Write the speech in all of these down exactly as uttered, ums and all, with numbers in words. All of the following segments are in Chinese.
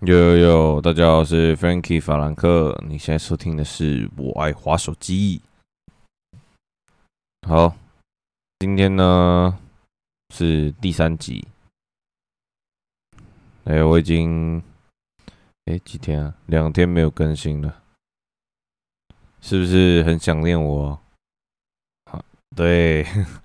有有有，大家好，我是 Frankie 法兰克。你现在收听的是我爱滑手机。好，今天呢是第三集。哎、欸，我已经哎、欸、几天啊？两天没有更新了，是不是很想念我？好，对，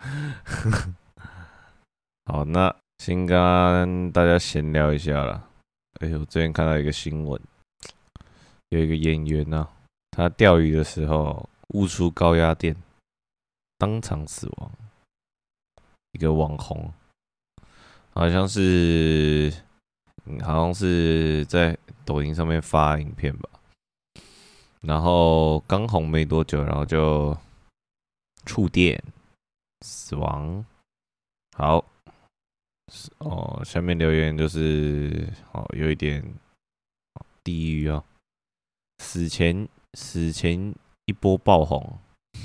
好，那先跟大家闲聊一下啦。哎、欸，我最近看到一个新闻，有一个演员呢、啊，他钓鱼的时候误出高压电，当场死亡。一个网红，好像是，嗯好像是在抖音上面发影片吧，然后刚红没多久，然后就触电死亡。好，哦，下面留言就是哦，有一点地狱哦，死前死前一波爆红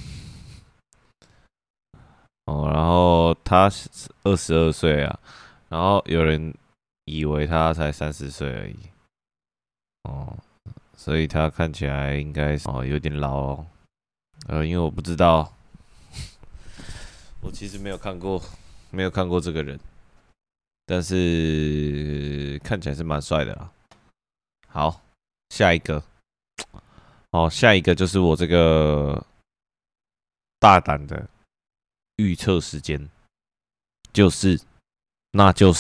哦，然后他二十二岁啊，然后有人以为他才三十岁而已哦，所以他看起来应该是哦有点老哦。呃，因为我不知道，我其实没有看过，没有看过这个人，但是看起来是蛮帅的啦。好，下一个，哦，下一个就是我这个大胆的预测时间，就是那就是，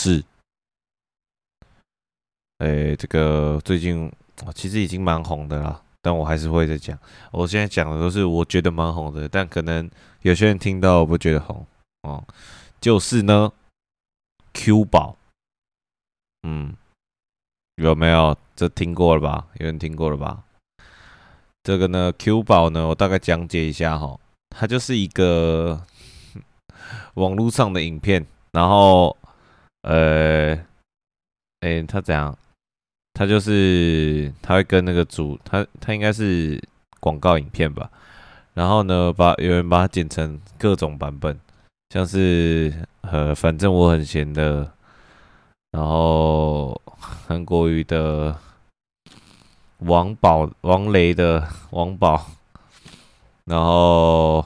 诶，这个最近其实已经蛮红的啦，但我还是会再讲。我现在讲的都是我觉得蛮红的，但可能有些人听到我不觉得红哦。就是呢，Q 宝，嗯，有没有？这听过了吧？有人听过了吧？这个呢，Q 宝呢，我大概讲解一下哈，它就是一个网络上的影片，然后呃，诶，它怎样？它就是它会跟那个主，它它应该是广告影片吧？然后呢，把有人把它剪成各种版本，像是呃，反正我很闲的，然后韩国语的王宝、王雷的王宝，然后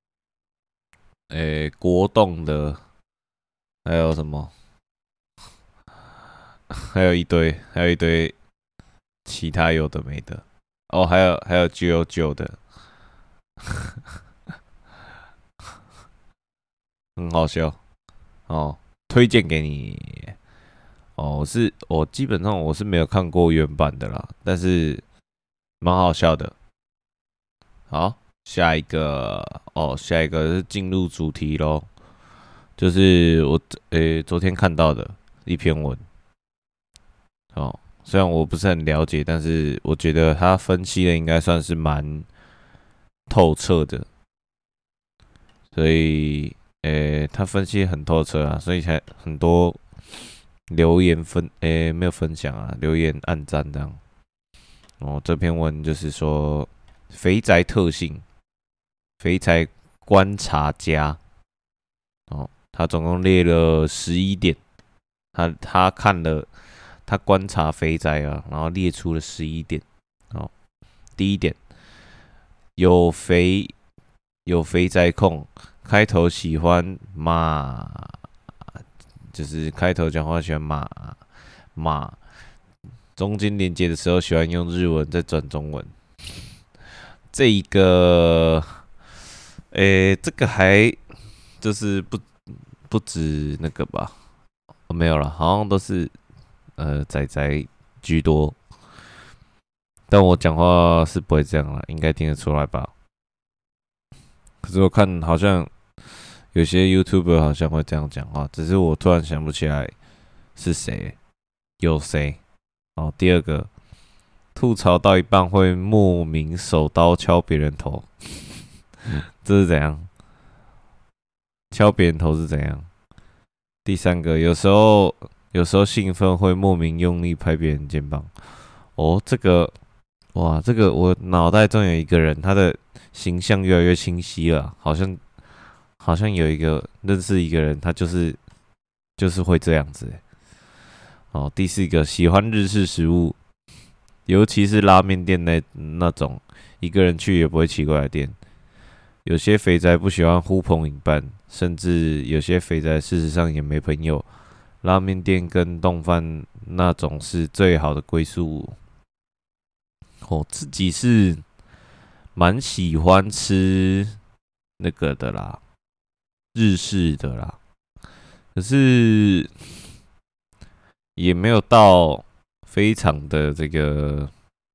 诶、国栋的，还有什么？还有一堆，还有一堆其他有的没的。哦，还有还有九九的，很好笑哦，推荐给你。哦，我是我基本上我是没有看过原版的啦，但是蛮好笑的。好，下一个哦，下一个是进入主题喽，就是我诶、昨天看到的一篇文哦，虽然我不是很了解，但是我觉得他分析的应该算是蛮透彻的，所以诶、他分析很透彻啊，所以才很多留言分诶、没有分享啊，留言暗赞这样。哦，这篇文就是说肥宅特性，肥宅观察家哦，他总共列了十一点，他他看了他观察肥宅啊，然后列出了十一点。哦，第一点，有肥有肥宅控，开头喜欢骂，就是开头讲话喜欢骂骂，中间连接的时候喜欢用日文再转中文。这一个，诶、这个还就是不不止那个吧？哦、没有了，好像都是呃仔仔居多。但我讲话是不会这样了，应该听得出来吧？可是我看好像有些 YouTuber 好像会这样讲话，只是我突然想不起来是谁，有谁？哦，第二个，吐槽到一半会莫名手刀敲别人头，这是怎样？敲别人头是怎样？第三个，有时候有时候兴奋会莫名用力拍别人肩膀。哦，这个哇，这个我脑袋中有一个人，他的形象越来越清晰了，好像好像有一个认识一个人，他就是就是会这样子。 好，第四个喜欢日式食物，尤其是拉面店那那种一个人去也不会奇怪的店。有些肥宅不喜欢呼朋引伴，甚至有些肥宅事实上也没朋友。拉面店跟冻饭那种是最好的归宿。我自己是蛮喜欢吃那个的啦，日式的啦，可是也没有到非常的这个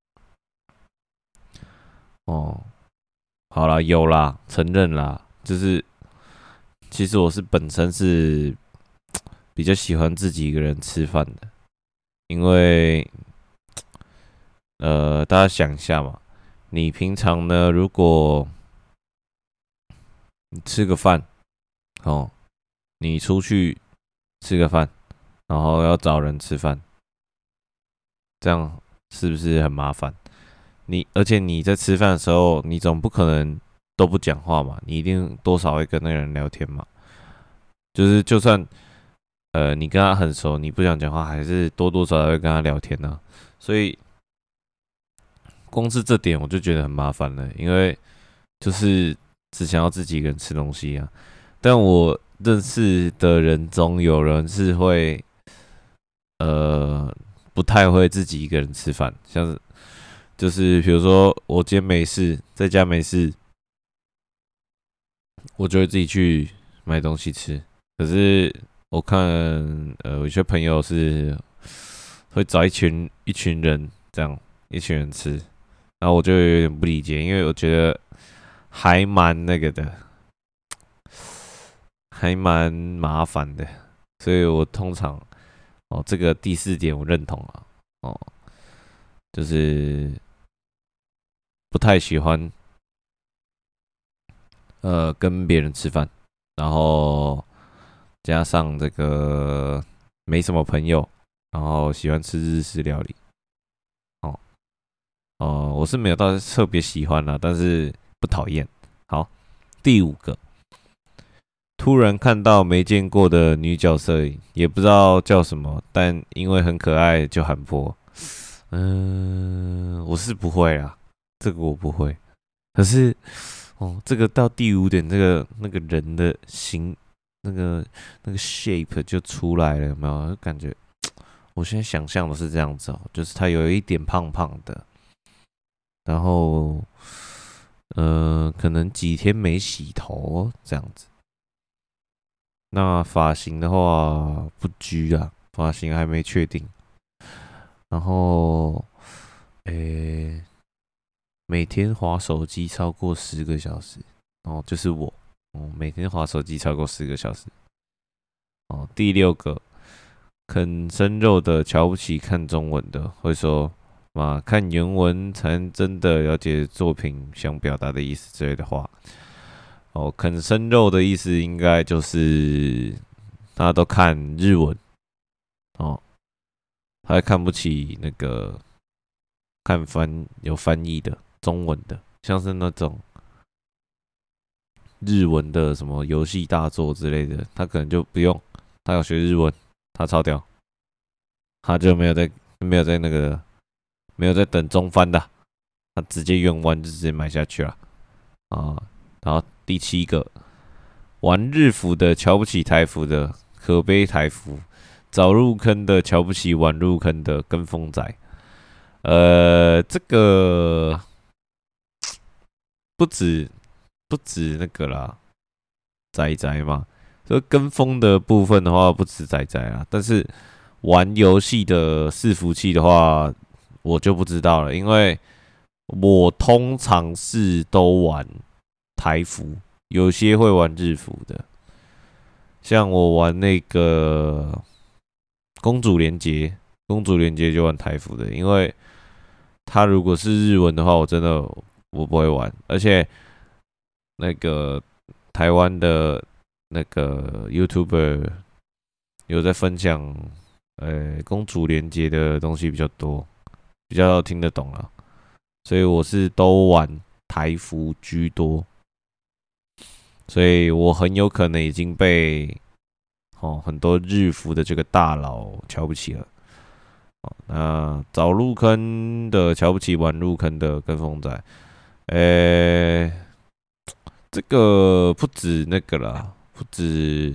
哦。好啦，有啦，承认啦，就是其实我是本身是比较喜欢自己一个人吃饭的，因为呃，大家想一下嘛，你平常呢，如果你吃个饭，哦，你出去吃个饭，然后要找人吃饭，这样是不是很麻烦？你而且你在吃饭的时候，你总不可能都不讲话嘛，你一定多少会跟那个人聊天嘛。就是就算呃你跟他很熟，你不想讲话，还是多多少少会跟他聊天呢、啊。所以光是这点我就觉得很麻烦了，因为就是只想要自己一个人吃东西啊。但我认识的人中有人是会呃不太会自己一个人吃饭，像是就是比如说我今天没事，在家没事，我就会自己去买东西吃。可是我看呃有些朋友是会找一群一群人这样一群人吃，然后我就有点不理解，因为我觉得还蛮那个的，还蛮麻烦的，所以我通常哦这个第四点我认同啊，哦就是不太喜欢呃跟别人吃饭，然后加上这个没什么朋友，然后喜欢吃日式料理，哦哦、呃我是没有到特别喜欢啦，但是不讨厌。好，第五个，突然看到没见过的女角色，也不知道叫什么，但因为很可爱就喊破。嗯、呃我是不会啦，这个我不会。可是哦，这个到第五点，这个那个人的形，那个那个 shape 就出来了，有没有？就感觉我现在想象的是这样子哦，就是他有一点胖胖的，然后呃，可能几天没洗头这样子。那发型的话不拘啊，发型还没确定。然后，诶、每天滑手机超过十个小时，哦，就是我，哦，每天滑手机超过十个小时。哦，第六个，啃生肉的瞧不起看中文的，会说嘛，看原文才能真的了解作品想表达的意思之类的话。哦，啃生肉的意思应该就是大家都看日文哦，他还看不起那个看翻有翻译的中文的，像是那种日文的什么游戏大作之类的，他可能就不用，他要学日文，他超屌，他就没有在没有在那个没有在等中翻的，他直接原完就直接买下去了啊。然后第七个，玩日服的瞧不起台服的，可悲台服；早入坑的瞧不起晚入坑的跟风仔。呃，这个不止不止那个啦，仔仔嘛。这跟风的部分的话，不止仔仔啊，但是玩游戏的伺服器的话，我就不知道了，因为我通常是都玩台服，有些会玩日服的。像我玩那个公主连结，公主连结就玩台服的，因为它如果是日文的话，我真的我不会玩，而且那个台湾的那个 YouTuber 有在分享，呃，公主连接的东西比较多，比较听得懂了，所以我是都玩台服居多，所以我很有可能已经被哦很多日服的这个大佬瞧不起了。 那早入坑的瞧不起晚入坑的跟风仔，诶、这个不止那个啦，不止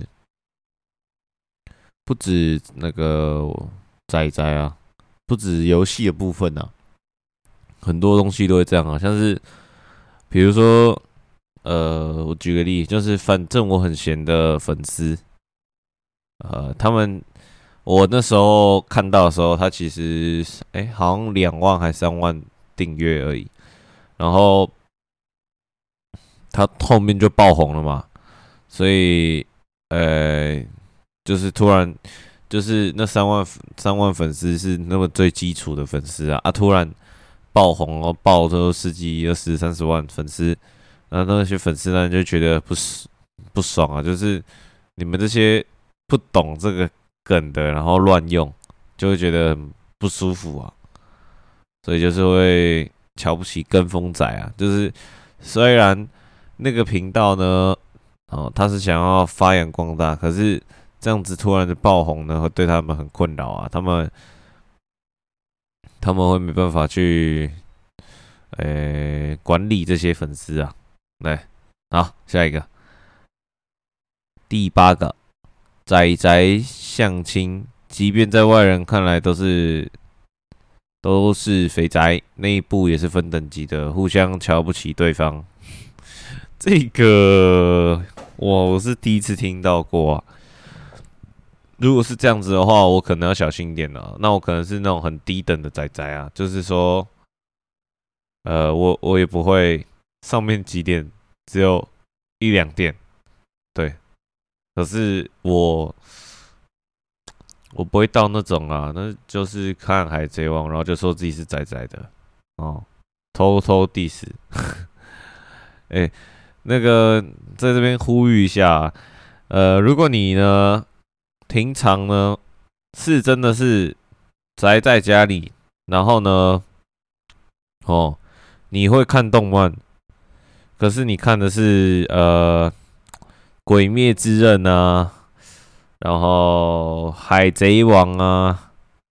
不止那个仔仔啊，不止游戏的部分啊，很多东西都会这样啊，像是比如说，呃，我举个例，就是反正我很闲的粉丝，呃，他们我那时候看到的时候，他其实哎、欸好像两万还三万订阅而已，然后他后面就爆红了嘛，所以呃，就是突然就是那三万三万粉丝是那么最基础的粉丝啊，啊，突然爆红哦，爆都十几、二十、三十万粉丝，然后那些粉丝呢就觉得不不爽啊，就是你们这些不懂这个梗的，然后乱用，就会觉得很不舒服啊，所以就是会瞧不起跟风仔啊，就是虽然那个频道呢，哦，他是想要发扬光大，可是这样子突然的爆红呢，会对他们很困扰啊，他们他们会没办法去呃管理这些粉丝啊，来，好，下一个，第八个。仔仔相亲，即便在外人看来都是都是肥宅，内部也是分等级的，互相瞧不起对方。这个我是第一次听到过啊。如果是这样子的话，我可能要小心一点了。那我可能是那种很低等的仔仔啊，就是说，呃，我我也不会上面几点只有一两点，对。可是我我不会到那种啊，那就是看海贼王，然后就说自己是仔仔的哦，偷偷 diss。哎、欸，那个在这边呼吁一下，呃，如果你呢平常呢是真的是宅在家里，然后呢，哦，你会看动漫，可是你看的是呃《鬼灭之刃》啊。然后海贼王啊、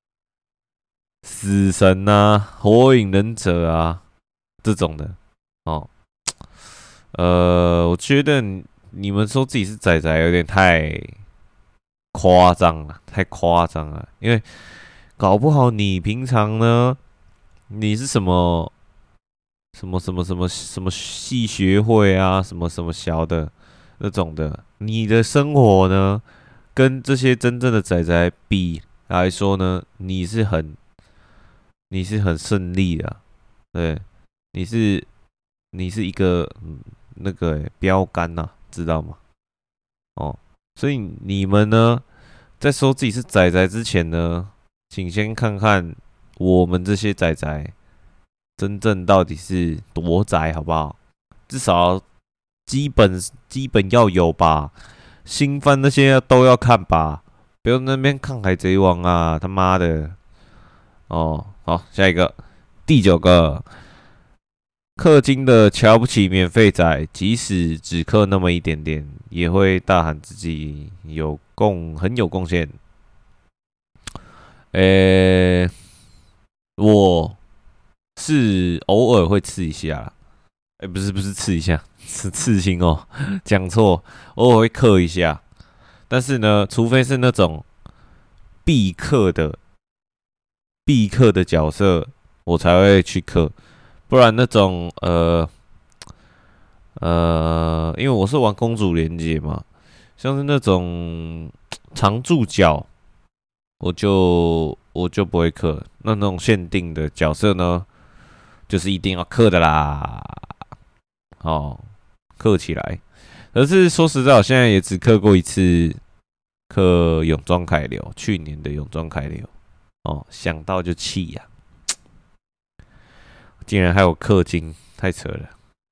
死神啊、火影忍者啊这种的哦，呃，我觉得你们说自己是仔仔有点太夸张了，太夸张了，因为搞不好你平常呢，你是什么什么什么什么什么系学会啊，什么什么小的那种的，你的生活呢？跟这些真正的仔仔比来说呢，你是很你是很胜利的啊，对，你是你是一个嗯那个欸标杆呐、啊，知道吗？哦，所以你们呢，在说自己是仔仔之前呢，请先看看我们这些仔仔真正到底是多宅，好不好？至少基本基本要有吧。新番那些都要看吧，不要那边看海贼王啊，他妈的！哦，好，下一个，第九个，氪金的瞧不起免费仔，即使只氪那么一点点，也会大喊自己有贡，很有贡献。诶、我是偶尔会吃一下啦，诶、不是不是吃一下，是刺青哦，讲错，偶尔会氪一下。但是呢，除非是那种必氪的必氪的角色，我才会去氪，不然那种呃呃，因为我是玩公主连接嘛，像是那种常驻角，我就我就不会氪。那那种限定的角色呢，就是一定要氪的啦，哦，氪起来。可是说实在，我现在也只氪过一次，氪泳装凯流，去年的泳装凯流，哦，想到就气呀、啊，竟然还有氪金，太扯了，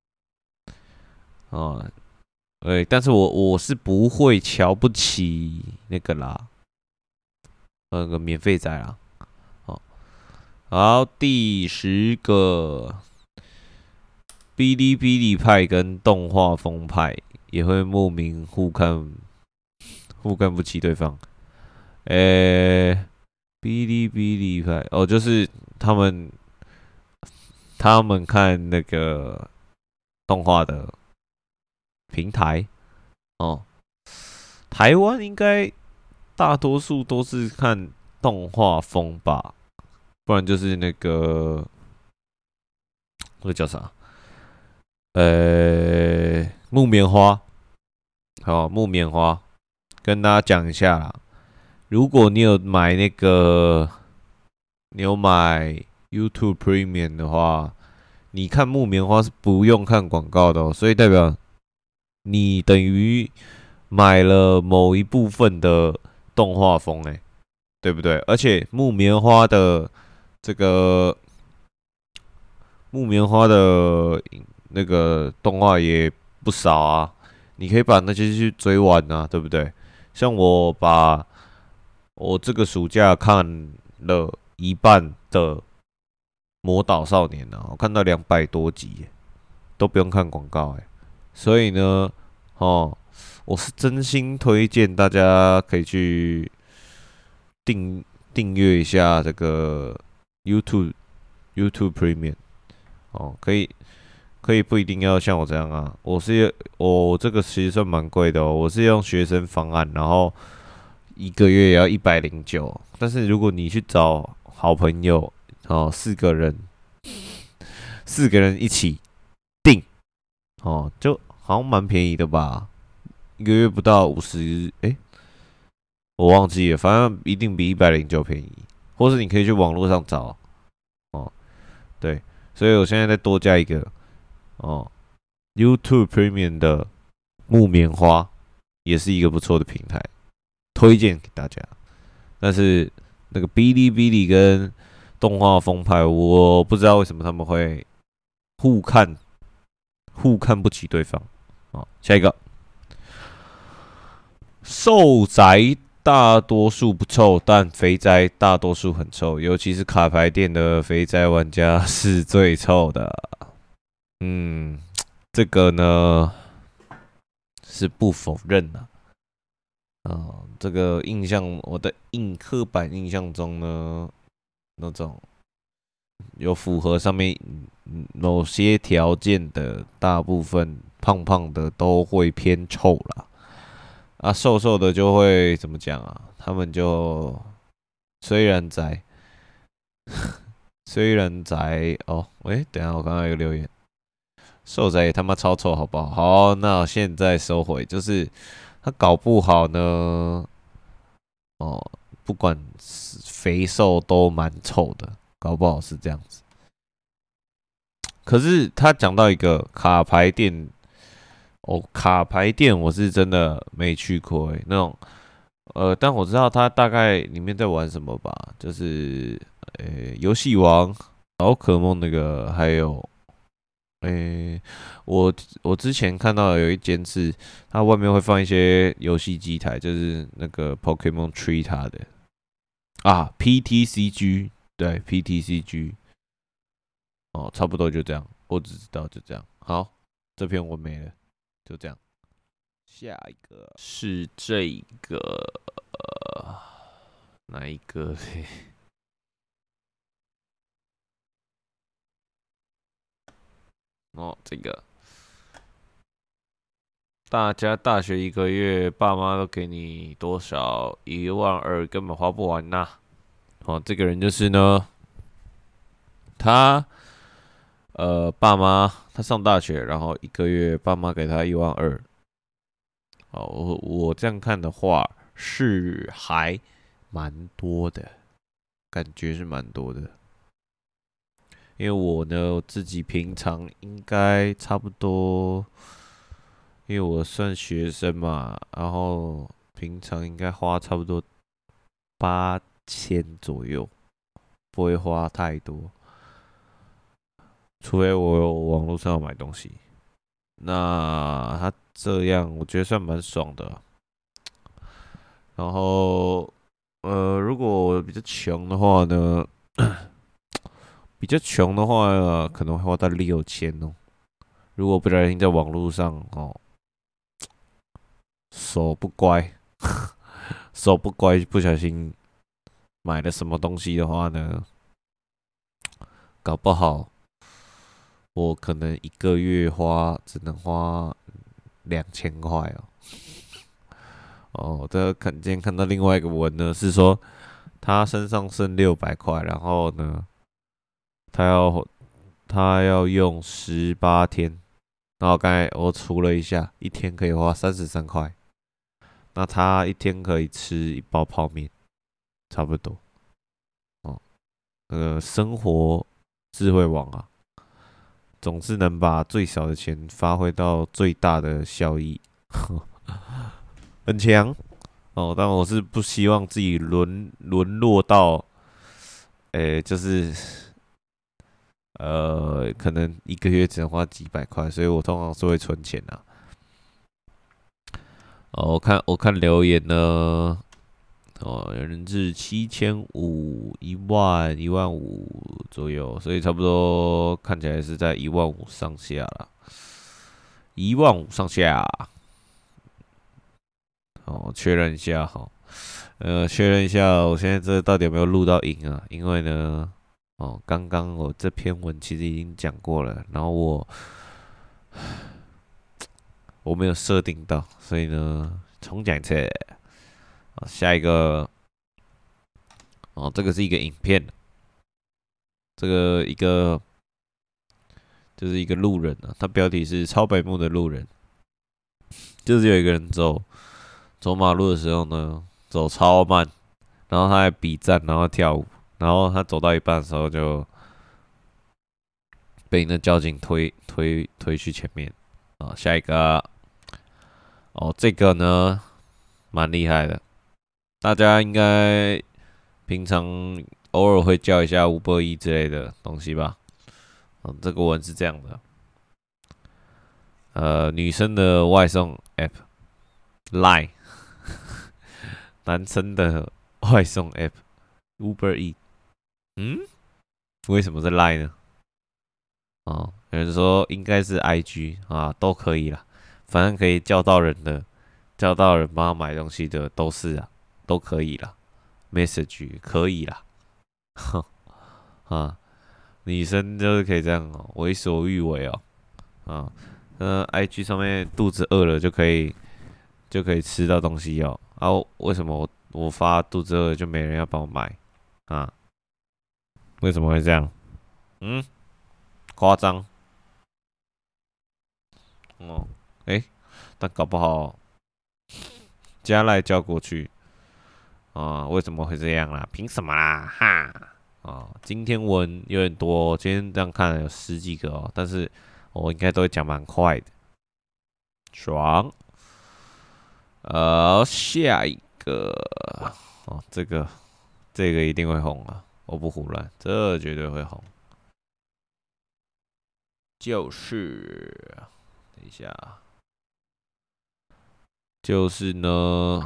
哦，对，但是我我是不会瞧不起那个啦，那个免费仔啦，哦，好，第十个，哔哩哔哩派跟动画风派也会莫名互看互看不起对方。诶、 哔哩哔哩派哦，就是他们他们看那个动画的平台哦。台湾应该大多数都是看动画风吧，不然就是那个那个叫啥？呃，木棉花。好，木棉花跟大家讲一下啦。如果你有买那个，你有买 YouTube Premium 的话，你看木棉花是不用看广告的哦，所以代表你等于买了某一部分的动画风，哎，对不对？而且木棉花的这个木棉花的那个动画也不少啊，你可以把那些去追完啊，对不对？像我把我这个暑假看了一半的《魔导少年》啊，我看到两百多集，都不用看广告哎，所以呢，哦，我是真心推荐大家可以去订订阅一下这个 YouTube YouTube Premium 哦，可以可以不一定要像我这样啊，我是我这个其实算蛮贵的哦，我是用学生方案，然后一个月也要一百零九，但是如果你去找好朋友哦，四个人四个人一起订哦，就好像蛮便宜的吧，一个月不到五十，哎，我忘记了，反正一定比一百零九便宜，或是你可以去网络上找哦，对，所以我现在再多加一个哦，YouTube Premium 的木棉花也是一个不错的平台，推荐给大家。但是那个哔哩哔哩跟动画风派，我不知道为什么他们会互看互看不起对方。好，下一个，瘦宅大多数不臭，但肥宅大多数很臭，尤其是卡牌店的肥宅玩家是最臭的。嗯，这个呢是不否认的。啊、呃，这个印象，我的印刻板印象中呢，那种有符合上面某些条件的，大部分胖胖的都会偏臭啦。啊，瘦瘦的就会怎么讲啊？他们就虽然宅，虽然宅哦，喂，等一下我刚刚有个留言，瘦仔也他妈超臭，好不好？好，那我现在收回，就是他搞不好呢，哦，不管肥瘦都蛮臭的，搞不好是这样子。可是他讲到一个卡牌店，哦，卡牌店我是真的没去过诶，那种，呃，但我知道他大概里面在玩什么吧，就是呃游戏王、宝可梦那个，还有诶，我我之前看到有一间是它外面会放一些游戏机台，就是那个 Pokemon Tree 它的啊，P T C G 对 P T C G 哦，差不多就这样，我只知道就这样。好，这篇我没了，就这样。下一个是这个、呃、哪一个嘞？哦，这个大家大学一个月，爸妈都给你多少？一万二，根本花不完呐、哦，这个人就是呢，他呃，爸妈他上大学，然后一个月爸妈给他一万二。哦，我我这样看的话是还蛮多的，感觉是蛮多的。因为我呢自己平常应该差不多，因为我算学生嘛，然后平常应该花差不多八千左右，不会花太多，除非我有网络上要买东西。那他这样，我觉得算蛮爽的啊。然后，呃，如果我比较穷的话呢，比较穷的话、呃可能会花到六千哦。如果不小心在网络上哦，手不乖，手不乖，不小心买了什么东西的话呢，搞不好我可能一个月花只能花两千块哦。哦，这看今天看到另外一个文呢，是说他身上剩六百块，然后呢，他要他要用十八天，然后刚才我除了一下，一天可以花三十三块，那他一天可以吃一包泡面，差不多。哦，那个生活智慧网啊，总是能把最少的钱发挥到最大的效益，很强哦。但我是不希望自己沦沦落到，诶、就是呃，可能一个月只能花几百块，所以我通常是会存钱啊。哦，我看我看留言呢，哦，有人是七千五、一万、一万五左右，所以差不多看起来是在一万五上下啦，一万五上下。哦，确认一下哈，呃，确认一下，我现在这到底有没有录到音啊？因为呢，哦，刚刚我这篇文其实已经讲过了，然后我我没有设定到，所以呢，重讲一次。好，下一个，哦，这个是一个影片，这个一个就是一个路人啊，他标题是超白目的路人，就是有一个人走走马路的时候呢，走超慢，然后他还比赞，然后跳舞，然后他走到一半的时候就被那交警推推推去前面。啊，下一个，哦，这个呢蛮厉害的，大家应该平常偶尔会叫一下 Uber E 之类的东西吧？嗯，这个文是这样的，呃，女生的外送 App Line，男生的外送 App Uber E。嗯，为什么是 Line 呢？哦，有人说应该是 I G 啊，都可以啦，反正可以叫到人的，叫到人帮他买东西的都是啊，都可以啦。Message 可以啦，啊，女生就是可以这样哦，为所欲为哦，啊，那 I G 上面肚子饿了就可以就可以吃到东西哦，啊，为什么我我发肚子饿了就没人要帮我买啊？为什么会这样？嗯，夸张哦，诶、但搞不好加赖叫过去啊，为什么会这样啦？凭什么啦？哈！啊，今天文有点多哦，今天这样看有十几个哦，但是我应该都会讲蛮快的，爽。呃，下一个哦，这个这个一定会红啊，我不胡乱，这绝对会红。就是等一下，就是呢，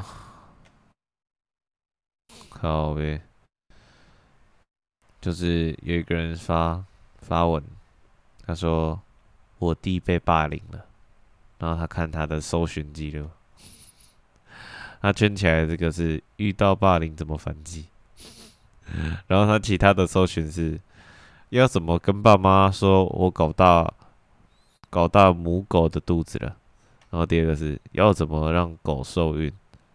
靠呗，就是有一个人发发文，他说我弟被霸凌了，然后他看他的搜寻记录，他圈起来这个是遇到霸凌怎么反击，然后他其他的搜寻是要怎么跟爸妈说我搞大搞大母狗的肚子了，然后第二个是要怎么让狗受孕，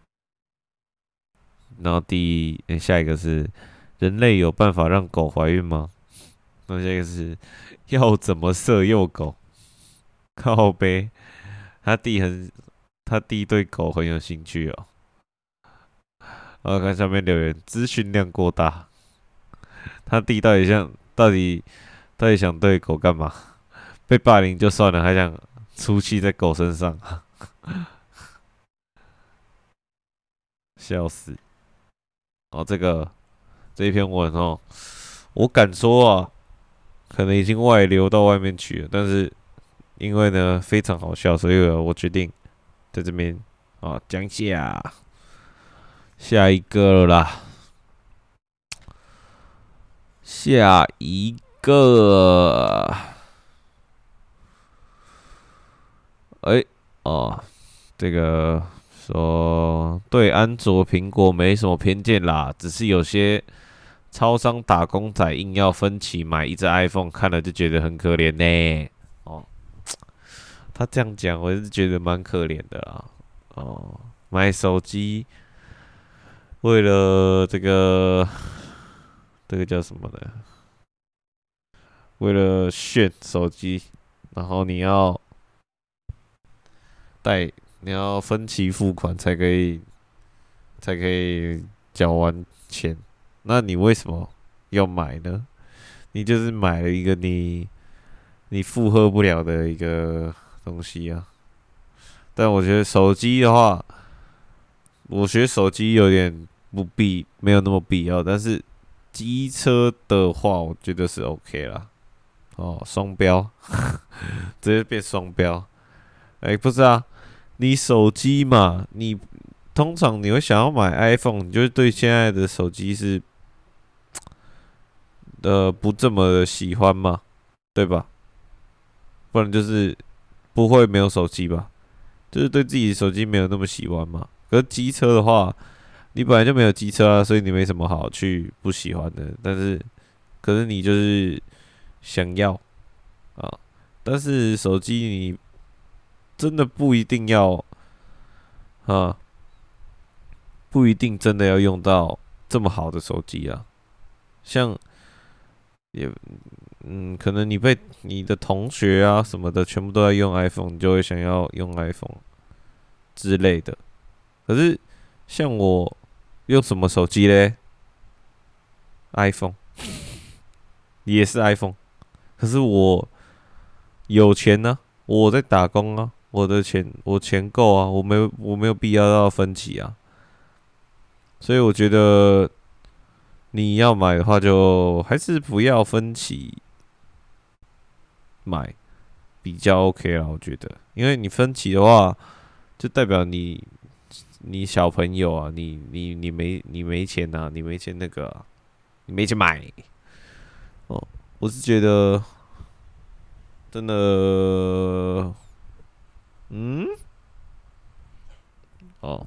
然后第一、欸、下一个是人类有办法让狗怀孕吗？然后下一个是要怎么色诱狗，靠背，他弟很他弟对狗很有兴趣哦。然后看下面留言，资讯量过大，他弟到底想到底到底想对狗干嘛？被霸凌就算了，还想出气在狗身上，笑死！哦，这个这一篇文哦，我敢说啊，可能已经外流到外面去了，但是因为呢非常好笑，所以我决定在这边啊讲一下下一个了啦，下一个，哎、欸、哦，这个说对安卓、苹果没什么偏见啦，只是有些超商打工仔硬要分期买一只 iPhone，看了就觉得很可怜呢。哦，他这样讲，我是觉得蛮可怜的啦。哦，买手机为了这个这个叫什么呢？为了炫手机，然后你要贷，你要分期付款才可以才可以缴完钱。那你为什么要买呢？你就是买了一个你你负荷不了的一个东西啊。但我觉得手机的话，我觉得手机有点不必，没有那么必要。但是机车的话，我觉得是 OK 啦。哦，双标，直接变双标。哎、欸，不是啊，你手机嘛，你通常你会想要买 iPhone，你就对现在的手机是呃不这么喜欢嘛，对吧？不然就是不会没有手机吧，就是对自己的手机没有那么喜欢嘛。可是机车的话，你本来就没有机车啊，所以你没什么好去不喜欢的。但是，可是你就是想要啊，但是手机你真的不一定要啊，不一定真的要用到这么好的手机啊。像也嗯，可能你被你的同学啊什么的全部都在用 iPhone，你就会想要用 iPhone 之类的。可是像我用什么手机嘞？iPhone 也是 iPhone，可是我有钱呢、啊，我在打工啊，我的钱我钱够啊，我没有我没有必要要分期啊，所以我觉得你要买的话，就还是不要分期买比较 OK 啦，我觉得，因为你分期的话，就代表你你小朋友啊，你你你没你没钱呐、啊，你没钱那个、啊，你没钱买哦。我是觉得真的，嗯，哦，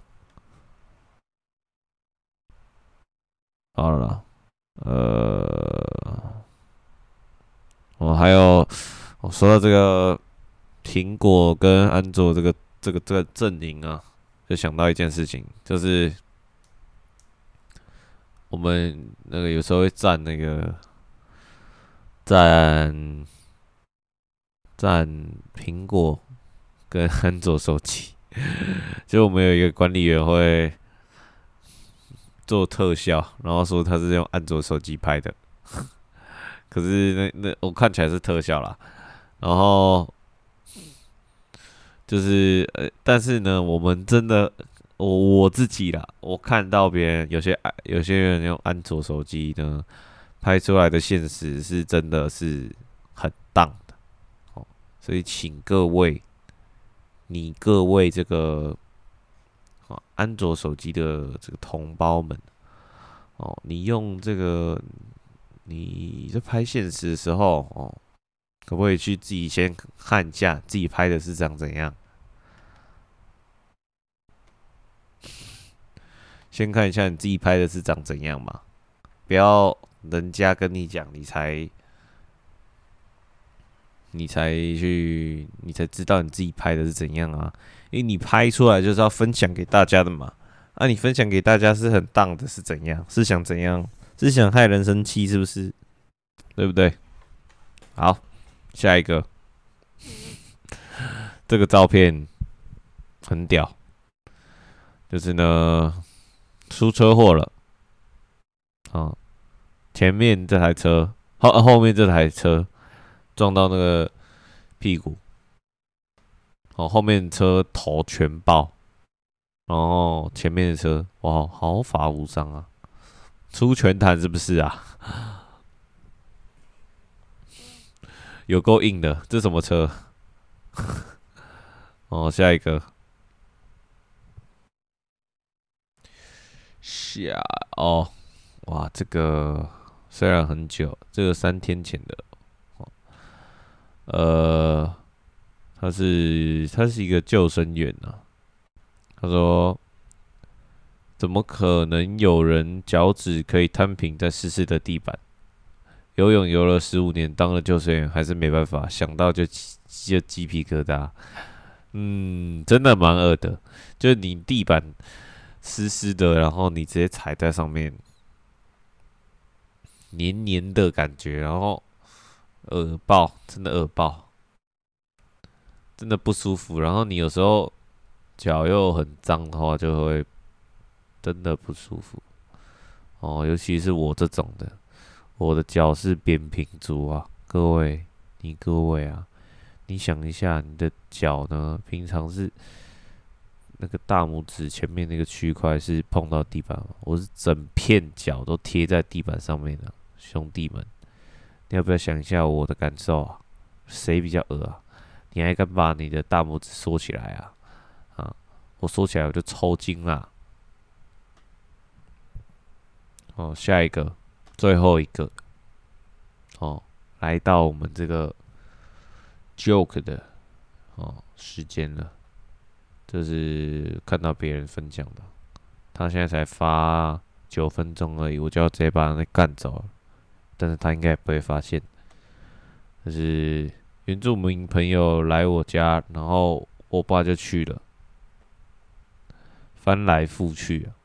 好了啦，呃，我、还有我说到这个苹果跟安卓这个这个这个阵营啊，就想到一件事情，就是我们那个有时候会站那个站站苹果跟安卓手机，就我们有一个管理员会做特效，然后说他是用安卓手机拍的，可是那那我看起来是特效啦，然后就是呃，但是呢，我们真的我我自己啦，我看到别人有些有些人用安卓手机呢拍出来的现实是真的是很当的哦，所以请各位你各位这个啊安卓手机的这个同胞们哦，你用这个你在拍现实的时候哦，可不可以去自己先看一下自己拍的是长怎样？先看一下你自己拍的是长怎样嘛，不要人家跟你讲，你才你才去，你才知道你自己拍的是怎样啊。因为你拍出来就是要分享给大家的嘛。啊，你分享给大家是很当的，是怎样？是想怎样？是想害人生气是不是？对不对？好，下一个，这个照片很屌，就是呢出车祸了啊，前面这台车后后面这台车撞到那个屁股，哦，后面车头全爆，然后前面的车哇毫发无伤啊，出拳弹是不是啊？有够硬的，这什么车？哦，下一个下哦，哇，这个虽然很久，这个三天前的，哦呃，他是他是一个救生员啊， 他说：怎么可能有人脚趾可以摊平在湿湿的地板？游泳游了十五年，当了救生员还是没办法，想到就就鸡皮疙瘩。嗯，真的蛮恶的，就是你地板湿湿的，然后你直接踩在上面，黏黏的感觉，然后恶爆，真的恶爆，真的不舒服。然后你有时候脚又很脏的话，就会真的不舒服哦。尤其是我这种的，我的脚是扁平足啊，各位，你各位啊，你想一下，你的脚呢，平常是那个大拇指前面那个区块是碰到地板吗？我是整片脚都贴在地板上面的，兄弟们，你要不要想一下我的感受啊？谁比较恶啊？你还敢把你的大拇指缩起来啊？啊，我缩起来我就抽筋啦。哦，下一个，最后一个，哦，来到我们这个 joke 的哦时间了，这是看到别人分享的，他现在才发九分钟而已，我就要直接把他干走了，但是他应该也不会发现。就是原住民朋友来我家，然后我爸就去了，翻来覆去啊，